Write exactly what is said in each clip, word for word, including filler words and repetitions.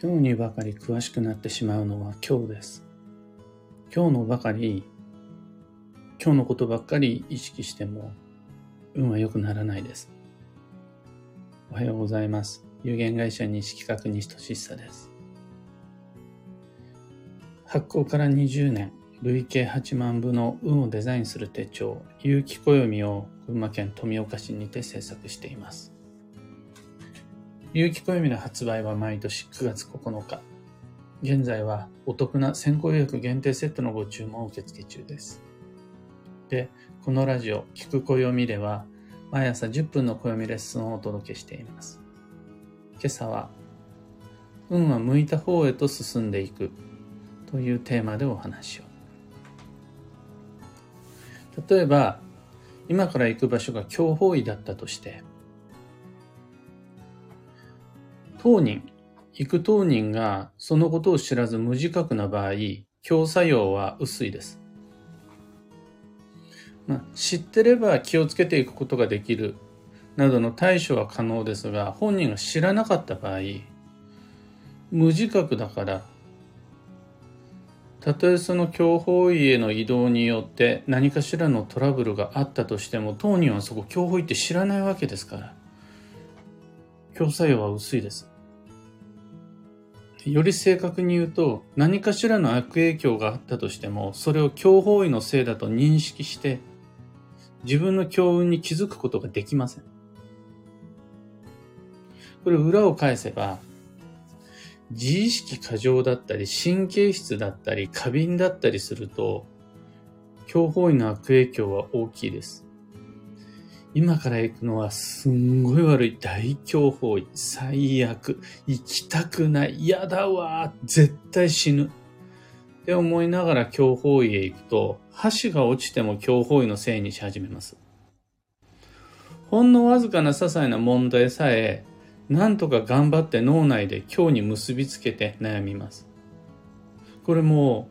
今日にばかり詳しくなってしまうのは今日です。今日のばかり、今日のことばっかり意識しても運は良くならないです。おはようございます。有限会社西企画西俊久です。発行からにじゅうねん、累計はちまんぶの運をデザインする手帳、有機暦を群馬県富岡市にて制作しています。有機暦の発売は毎年くがつここのか。現在はお得な先行予約限定セットのご注文を受付中です。で、このラジオ、聞く暦では毎朝じゅっぷんの暦レッスンをお届けしています。今朝は、運は向いた方へと進んでいくというテーマでお話を。例えば、今から行く場所が強方位だったとして、当人、行く当人がそのことを知らず無自覚な場合、強作用は薄いです。まあ、知ってれば気をつけていくことができるなどの対処は可能ですが、本人が知らなかった場合、無自覚だから、たとえその強方位への移動によって何かしらのトラブルがあったとしても、当人はそこ強方位って知らないわけですから、強作用は薄いです。より正確に言うと、何かしらの悪影響があったとしても、それを強方位のせいだと認識して、自分の強運に気づくことができません。これ裏を返せば、自意識過剰だったり、神経質だったり、過敏だったりすると、強方位の悪影響は大きいです。今から行くのはすんごい悪い大強方位、最悪、行きたくない、嫌だわ、絶対死ぬって思いながら強方位へ行くと、箸が落ちても強方位のせいにし始めます。ほんのわずかな些細な問題さえ、なんとか頑張って脳内で強に結びつけて悩みます。これも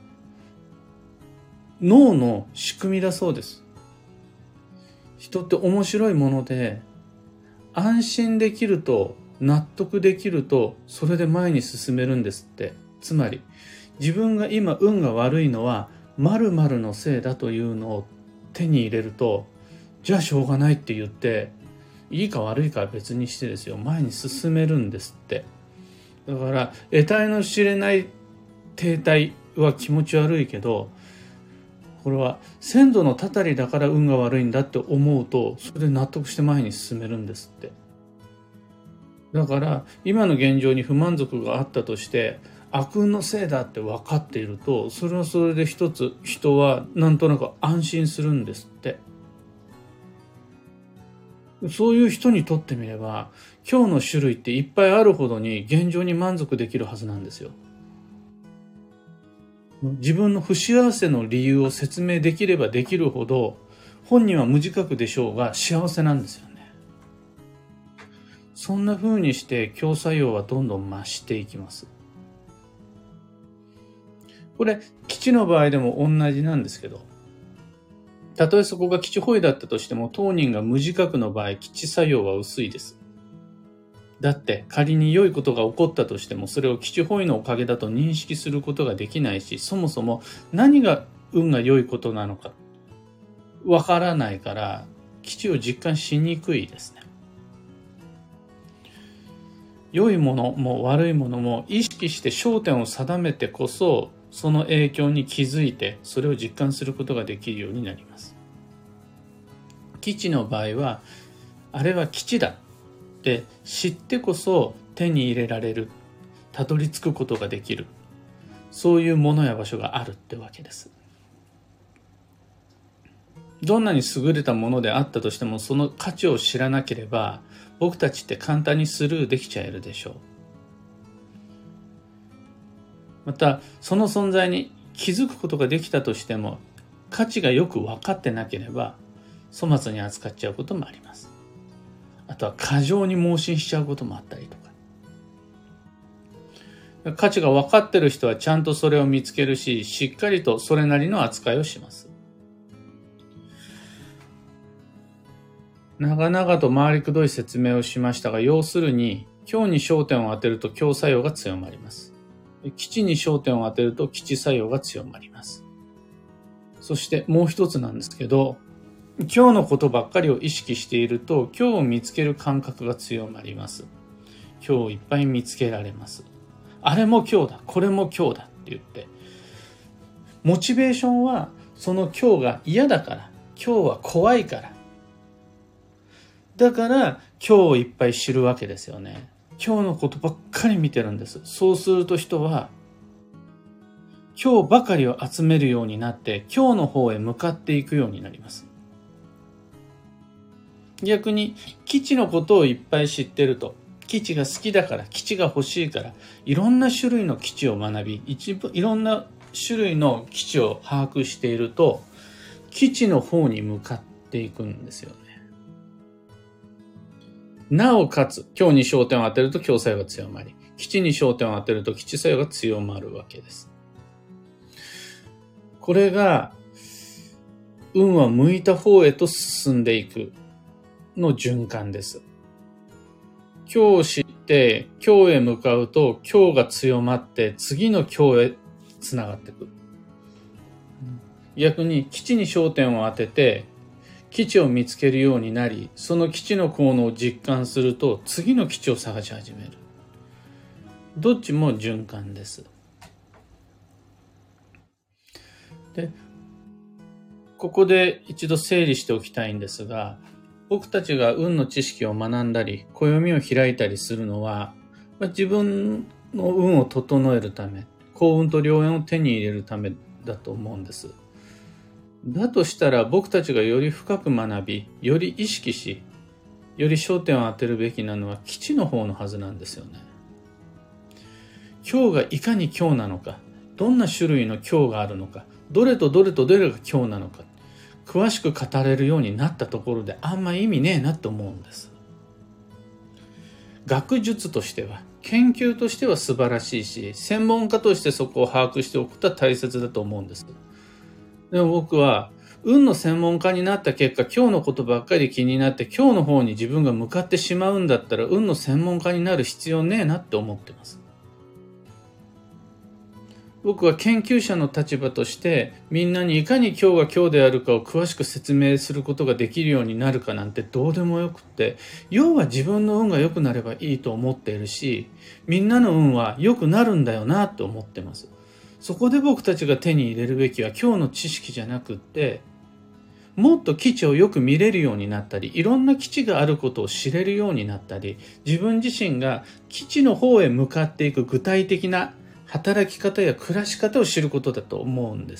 脳の仕組みだそうです。人って面白いもので、安心できると納得できるとそれで前に進めるんですって。つまり自分が今運が悪いのは〇〇のせいだというのを手に入れると、じゃあしょうがないって言って、いいか悪いかは別にしてですよ、前に進めるんですって。だから得体の知れない停滞は気持ち悪いけど、これは先祖のたたりだから運が悪いんだって思うと、それで納得して前に進めるんですって。だから今の現状に不満足があったとして、悪運のせいだって分かっていると、それはそれで一つ人はなんとなく安心するんですって。そういう人にとってみれば、今日の種類っていっぱいあるほどに現状に満足できるはずなんですよ。自分の不幸せの理由を説明できればできるほど、本人は無自覚でしょうが幸せなんですよね。そんな風にして強作用はどんどん増していきます。これ基地の場合でも同じなんですけど、たとえそこが基地方位だったとしても、当人が無自覚の場合、基地作用は薄いです。だって仮に良いことが起こったとしても、それを基地方位のおかげだと認識することができないし、そもそも何が運が良いことなのかわからないから、基地を実感しにくいですね。良いものも悪いものも意識して焦点を定めてこそ、その影響に気づいてそれを実感することができるようになります。基地の場合は、あれは基地だって知ってこそ手に入れられる、たどり着くことができる、そういうものや場所があるってわけです。どんなに優れたものであったとしても、その価値を知らなければ、僕たちって簡単にスルーできちゃえるでしょう。また、その存在に気づくことができたとしても、価値がよく分かってなければ、粗末に扱っちゃうこともあります。あとは過剰に盲信しちゃうこともあったりとか。価値が分かってる人はちゃんとそれを見つけるし、しっかりとそれなりの扱いをします。長々と回りくどい説明をしましたが、要するに強に焦点を当てると強作用が強まります。基地に焦点を当てると基地作用が強まります。そしてもう一つなんですけど、今日のことばっかりを意識していると、今日を見つける感覚が強まります。今日をいっぱい見つけられます。あれも今日だ、これも今日だって言って、モチベーションはその今日が嫌だから、今日は怖いから、だから今日をいっぱい知るわけですよね。今日のことばっかり見てるんです。そうすると人は今日ばかりを集めるようになって、今日の方へ向かっていくようになります。逆に基地のことをいっぱい知ってると、基地が好きだから、基地が欲しいから、いろんな種類の基地を学び、一部いろんな種類の基地を把握していると、基地の方に向かっていくんですよね。なおかつ、今日に焦点を当てると強作用が強まり、基地に焦点を当てると基地作用が強まるわけです。これが、運は向いた方へと進んでいくの循環です。今日を知って、今日へ向かうと、今日が強まって、次の今日へつながってくる。逆に基地に焦点を当てて、基地を見つけるようになり、その基地の効能を実感すると、次の基地を探し始める。どっちも循環です。で、ここで一度整理しておきたいんですが、僕たちが運の知識を学んだり、暦を開いたりするのは、自分の運を整えるため、幸運と良縁を手に入れるためだと思うんです。だとしたら僕たちがより深く学び、より意識し、より焦点を当てるべきなのは基地の方のはずなんですよね。今日がいかに今日なのか、どんな種類の今日があるのか、どれとどれとどれが今日なのか、詳しく語れるようになったところであんま意味ねえなと思うんです。学術としては、研究としては素晴らしいし、専門家としてそこを把握しておくことは大切だと思うんです。でも僕は、運の専門家になった結果、今日のことばっかり気になって、今日の方に自分が向かってしまうんだったら、運の専門家になる必要ねえなって思ってます。僕は研究者の立場として、みんなにいかに今日が今日であるかを詳しく説明することができるようになるかなんてどうでもよくって、要は自分の運が良くなればいいと思っているし、みんなの運は良くなるんだよなと思ってます。そこで僕たちが手に入れるべきは今日の知識じゃなくって、もっと基地をよく見れるようになったり、いろんな基地があることを知れるようになったり、自分自身が基地の方へ向かっていく具体的な働き方や暮らし方を知ることだと思うんです。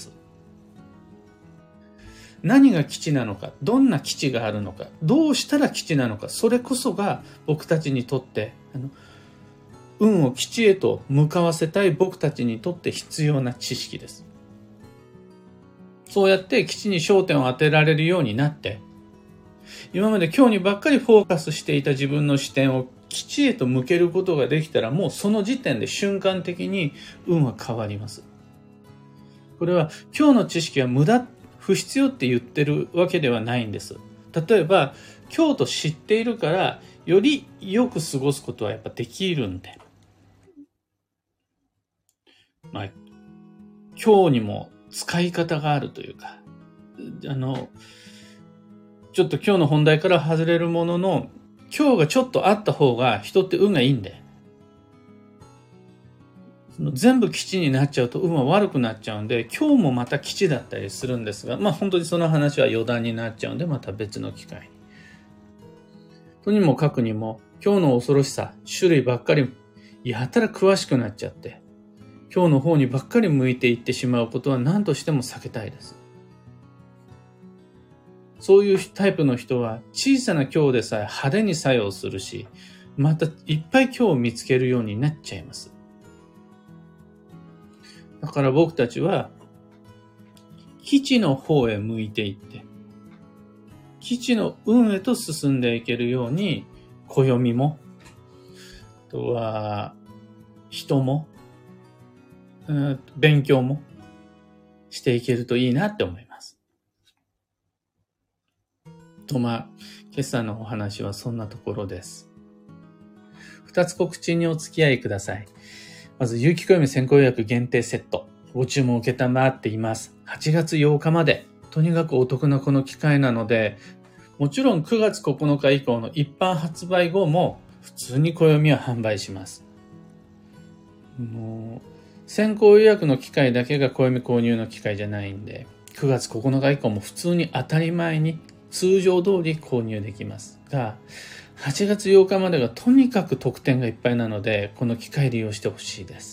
何が基地なのか、どんな基地があるのか、どうしたら基地なのか、それこそが僕たちにとってあの運を基地へと向かわせたい僕たちにとって必要な知識です。そうやって基地に焦点を当てられるようになって、今まで今日にばっかりフォーカスしていた自分の視点を基地へと向けることができたら、もうその時点で瞬間的に運は変わります。これは今日の知識は無駄、不必要って言ってるわけではないんです。例えば今日と知っているからよりよく過ごすことはやっぱできるんで、まあ、今日にも使い方があるというか、あのちょっと今日の本題から外れるものの、今日がちょっとあった方が人って運がいいんで、その全部基地になっちゃうと運は悪くなっちゃうんで、今日もまた基地だったりするんですが、まあ本当にその話は余談になっちゃうんで、また別の機会に。とにもかくにも、今日の恐ろしさ、種類ばっかりやたら詳しくなっちゃって、今日の方にばっかり向いていってしまうことは何としても避けたいです。そういうタイプの人は小さな今日でさえ派手に作用するし、またいっぱい今日を見つけるようになっちゃいます。だから僕たちは基地の方へ向いていって、基地の運へと進んでいけるように、暦も、あとは人も、うん、勉強もしていけるといいなって思います。とまあ、今朝のお話はそんなところです。 二つ告知にお付き合いください。まず、有機暦先行予約限定セット。ご注文を受けたまっています。はちがつようかまで。とにかくお得なこの機会なので、もちろんくがつここのか以降の一般発売後も普通に暦を販売します。もう先行予約の機会だけが暦購入の機会じゃないんで、くがつここのか以降も普通に当たり前に通常通り購入できますが、はちがつようかまでがとにかく特典がいっぱいなので、この機会利用してほしいです。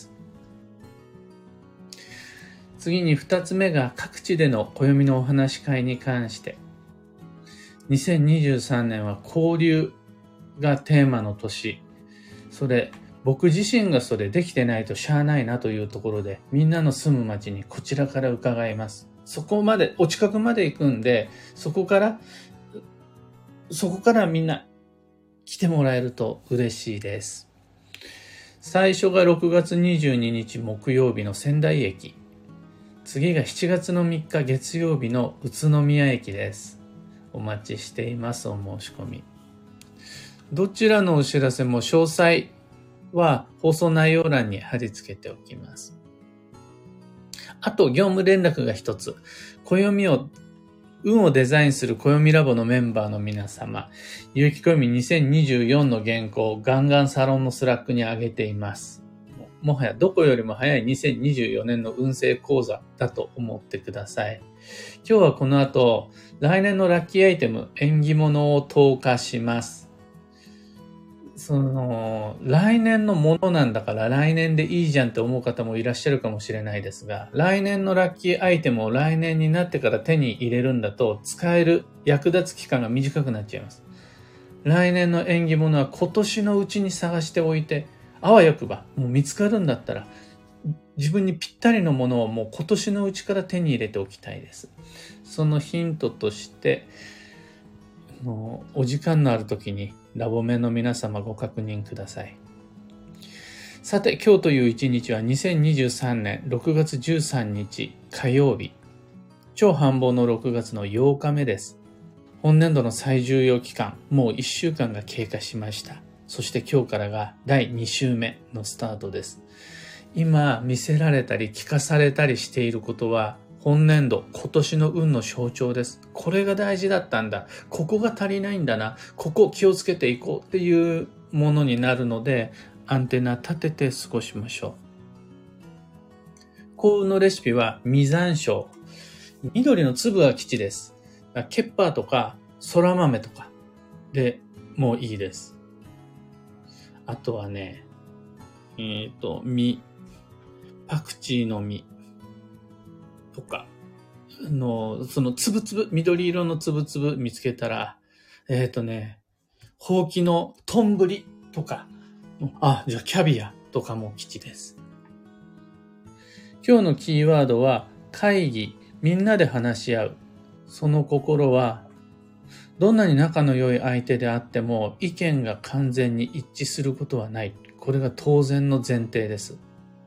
次に二つ目が各地での暦のお話し会に関して。にせんにじゅうさんねんは交流がテーマの年。それ、僕自身がそれできてないとしゃあないなというところで、みんなの住む町にこちらから伺います。そこまで、お近くまで行くんで、そこから、そこからみんな来てもらえると嬉しいです。最初がろくがつにじゅうににち木曜日の仙台駅。次がしちがつのみっか月曜日の宇都宮駅です。お待ちしています。お申し込み。どちらのお知らせも詳細は放送内容欄に貼り付けておきます。あと業務連絡が一つ。暦を運をデザインする暦ラボのメンバーの皆様、有機暦にせんにじゅうよんの原稿をガンガンサロンのスラックに上げています。もはやどこよりも早いにせんにじゅうよねんの運勢講座だと思ってください。今日はこの後、来年のラッキーアイテム、縁起物を投下します。その、来年のものなんだから来年でいいじゃんって思う方もいらっしゃるかもしれないですが、来年のラッキーアイテムを来年になってから手に入れるんだと、使える役立つ期間が短くなっちゃいます。来年の縁起物は今年のうちに探しておいて、あわよくば、もう見つかるんだったら、自分にぴったりのものをもう今年のうちから手に入れておきたいです。そのヒントとして、もうお時間のある時にラボメの皆様ご確認ください。さて、今日という一日はにせんにじゅうさんねんろくがつじゅうさんにち火曜日。超繁忙のろくがつのようかめです。本年度の最重要期間、もういっしゅうかんが経過しました。そして今日からがだいに週目のスタートです。今見せられたり聞かされたりしていることは本年度、今年の運の象徴です。これが大事だったんだ。ここが足りないんだな。ここ気をつけていこうっていうものになるので、アンテナ立てて過ごしましょう。幸運のレシピは実山椒。緑の粒が吉です。ケッパーとか空豆とかでもういいです。あとはね、えっと、実、パクチーの実とか、の、そのつぶつぶ、緑色のつぶつぶ見つけたら、えっとね、ほうきのとんぶりとか、あ、じゃあキャビアとかも吉です。今日のキーワードは、会議、みんなで話し合う。その心は、どんなに仲の良い相手であっても意見が完全に一致することはない。これが当然の前提です。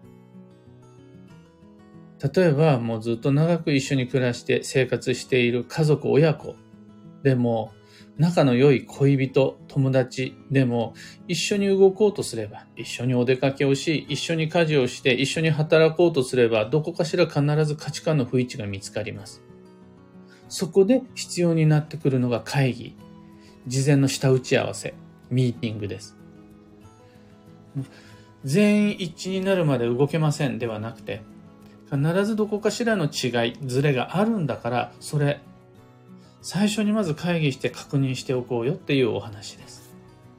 例えばもうずっと長く一緒に暮らして生活している家族親子でも仲の良い恋人友達でも一緒に動こうとすれば一緒にお出かけをし一緒に家事をして一緒に働こうとすればどこかしら必ず価値観の不一致が見つかります。そこで必要になってくるのが会議、事前の下打ち合わせ、ミーティングです。全員一致になるまで動けませんではなくて、必ずどこかしらの違い、ズレがあるんだから、それ、最初にまず会議して確認しておこうよっていうお話です。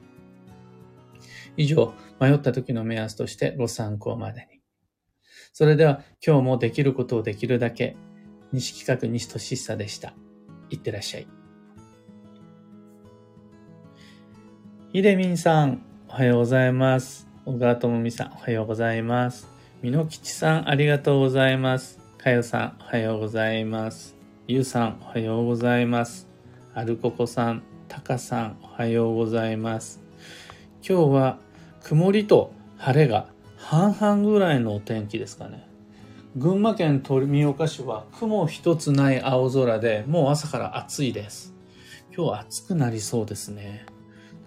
以上、迷った時の目安としてご参考までに。それでは今日もできることをできるだけ、西企画西俊久でした。いってらっしゃい。ひでみんさん、おはようございます。小川智美さん、おはようございます。みのきちさん、ありがとうございます。かよさん、おはようございます。ゆうさん、おはようございます。あるここさん、たかさん、おはようございます。今日は曇りと晴れが半々ぐらいのお天気ですかね。群馬県富岡市は雲一つない青空でもう朝から暑いです。今日は暑くなりそうですね。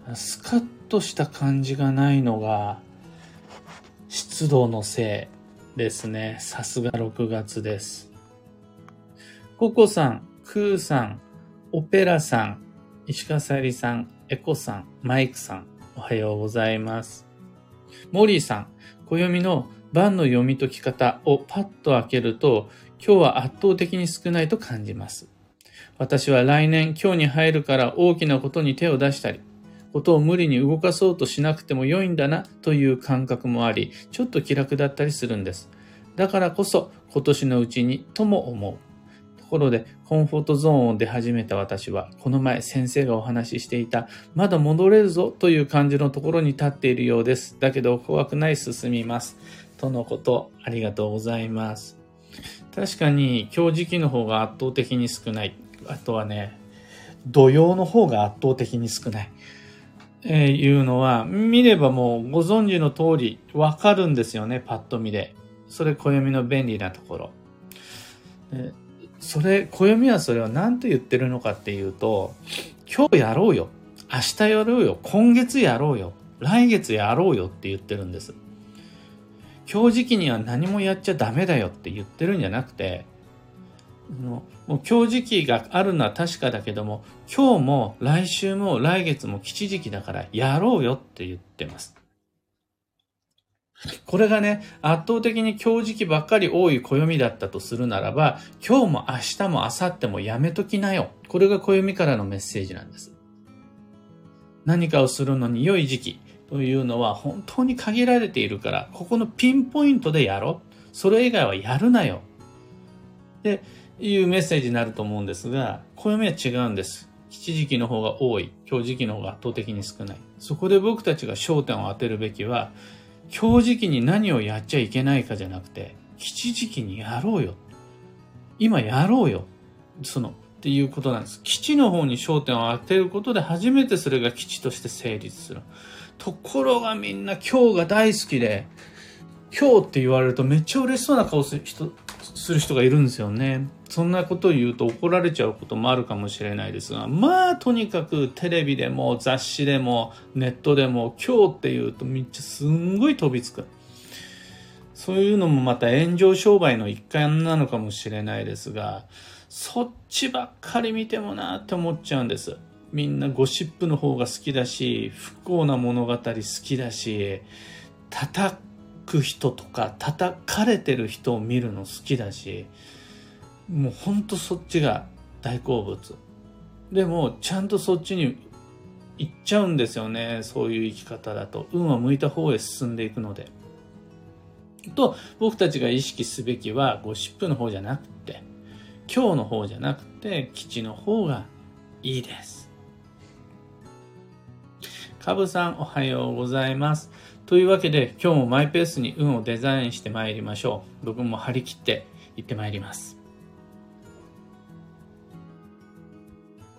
スカッとした感じがないのが湿度のせいですね。さすがろくがつです。ココさん、クーさん、オペラさん、石川さゆりさん、エコさん、マイクさん、おはようございます。モリーさん、暦の晩の読み解き方をパッと開けると、今日は圧倒的に少ないと感じます。私は来年今日に入るから大きなことに手を出したり、ことを無理に動かそうとしなくても良いんだなという感覚もあり、ちょっと気楽だったりするんです。だからこそ今年のうちにとも思う。ところでコンフォートゾーンを出始めた私は、この前先生がお話ししていたまだ戻れるぞという感じのところに立っているようです。だけど怖くない進みます。とのこと、ありがとうございます。確かに今日時期の方が圧倒的に少ない。あとはね、土曜の方が圧倒的に少ない。えー、いうのは、見ればもうご存知の通りわかるんですよね、パッと見で。それ暦の便利なところ。えーそれ、暦はそれは何と言ってるのかっていうと、今日やろうよ。明日やろうよ。今月やろうよ。来月やろうよって言ってるんです。今日時期には何もやっちゃダメだよって言ってるんじゃなくて、もう今日時期があるのは確かだけども、今日も来週も来月も吉時期だからやろうよって言ってます。これがね、圧倒的に今日時期ばっかり多い暦だったとするならば、今日も明日も明後日もやめときなよ。これが暦からのメッセージなんです。何かをするのに良い時期というのは本当に限られているから、ここのピンポイントでやろう。それ以外はやるなよ。っていうメッセージになると思うんですが、暦は違うんです。吉時期の方が多い。今日時期の方が圧倒的に少ない。そこで僕たちが焦点を当てるべきは、今日時期に何をやっちゃいけないかじゃなくて、吉時期にやろうよ。今やろうよ。その、っていうことなんです。吉の方に焦点を当てることで初めてそれが吉として成立する。ところがみんな今日が大好きで、今日って言われるとめっちゃ嬉しそうな顔する人、する人がいるんですよね。そんなことを言うと怒られちゃうこともあるかもしれないですが、まあとにかくテレビでも雑誌でもネットでも今日って言うとめっちゃすんごい飛びつく。そういうのもまた炎上商売の一環なのかもしれないですが、そっちばっかり見てもなって思っちゃうんです。みんなゴシップの方が好きだし、不幸な物語好きだし、叩く人とか叩かれてる人を見るの好きだし、もうほんとそっちが大好物。でもちゃんとそっちに行っちゃうんですよね。そういう生き方だと運は向いた方へ進んでいくので。と僕たちが意識すべきはゴシップの方じゃなくて、今日の方じゃなくて吉の方がいいです。カブさんおはようございます。というわけで今日もマイペースに運をデザインしてまいりましょう。僕も張り切って行ってまいります。